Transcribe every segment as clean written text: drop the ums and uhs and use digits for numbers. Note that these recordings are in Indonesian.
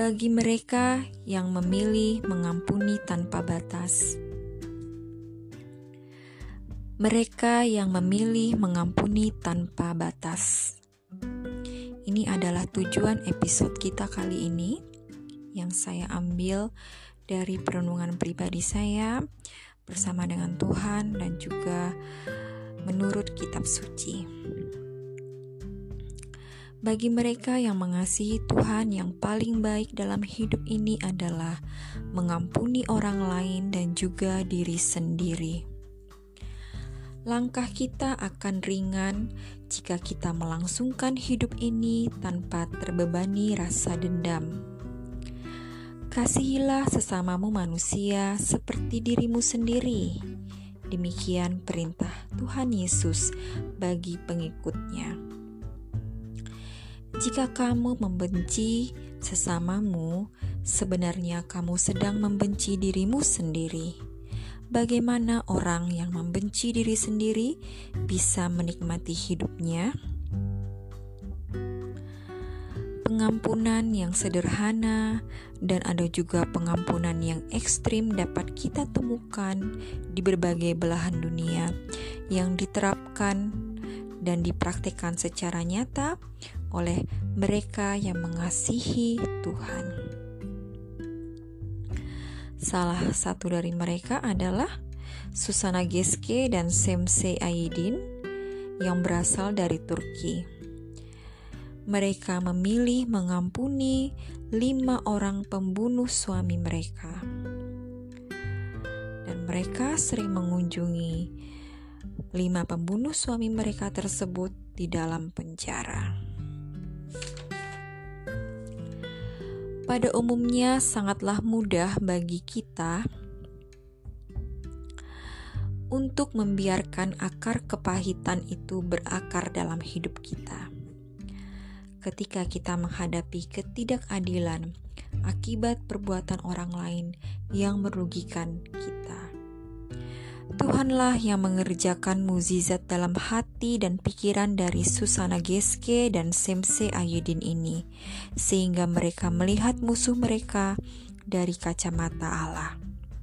bagi mereka yang memilih mengampuni tanpa batas. Mereka yang memilih mengampuni tanpa batas. Ini adalah tujuan episode kita kali ini yang saya ambil dari perenungan pribadi saya bersama dengan Tuhan dan juga menurut kitab suci. Bagi mereka yang mengasihi Tuhan, yang paling baik dalam hidup ini adalah mengampuni orang lain dan juga diri sendiri. Langkah kita akan ringan jika kita melangsungkan hidup ini tanpa terbebani rasa dendam. Kasihilah sesamamu manusia seperti dirimu sendiri. Demikian perintah Tuhan Yesus bagi pengikutnya. Jika kamu membenci sesamamu, sebenarnya kamu sedang membenci dirimu sendiri. Bagaimana orang yang membenci diri sendiri bisa menikmati hidupnya? Pengampunan yang sederhana dan ada juga pengampunan yang ekstrim dapat kita temukan di berbagai belahan dunia yang diterapkan dan dipraktikkan secara nyata oleh mereka yang mengasihi Tuhan. Salah satu dari mereka adalah Susana Gezke dan Semse Aydin yang berasal dari Turki. Mereka memilih mengampuni 5 orang pembunuh suami mereka. Dan mereka sering mengunjungi 5 pembunuh suami mereka tersebut di dalam penjara. Pada umumnya sangatlah mudah bagi kita untuk membiarkan akar kepahitan itu berakar dalam hidup kita. Ketika kita menghadapi ketidakadilan akibat perbuatan orang lain yang merugikan kita. Tuhanlah yang mengerjakan mukjizat dalam hati dan pikiran dari Susana Gezke dan Semse Aydin ini, sehingga mereka melihat musuh mereka dari kacamata Allah.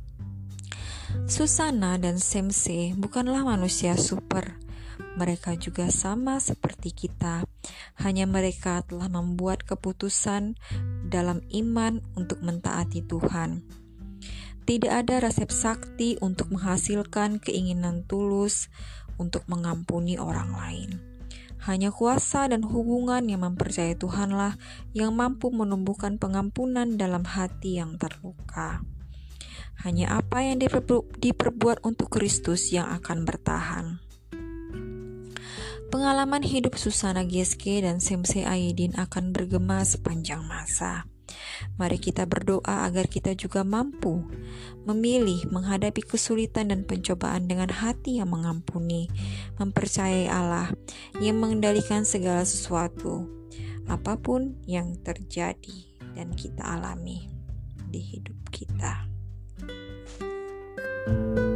Susana dan Semse bukanlah manusia super. Mereka juga sama seperti kita, hanya mereka telah membuat keputusan dalam iman untuk mentaati Tuhan. Tidak ada resep sakti untuk menghasilkan keinginan tulus untuk mengampuni orang lain. Hanya kuasa dan hubungan yang mempercayai Tuhanlah yang mampu menumbuhkan pengampunan dalam hati yang terluka. Hanya apa yang diperbuat untuk Kristus yang akan bertahan. Pengalaman hidup Susana Gezke dan Semse Aydin akan bergema sepanjang masa. Mari kita berdoa agar kita juga mampu memilih menghadapi kesulitan dan pencobaan dengan hati yang mengampuni, mempercayai Allah yang mengendalikan segala sesuatu, apapun yang terjadi dan kita alami di hidup kita.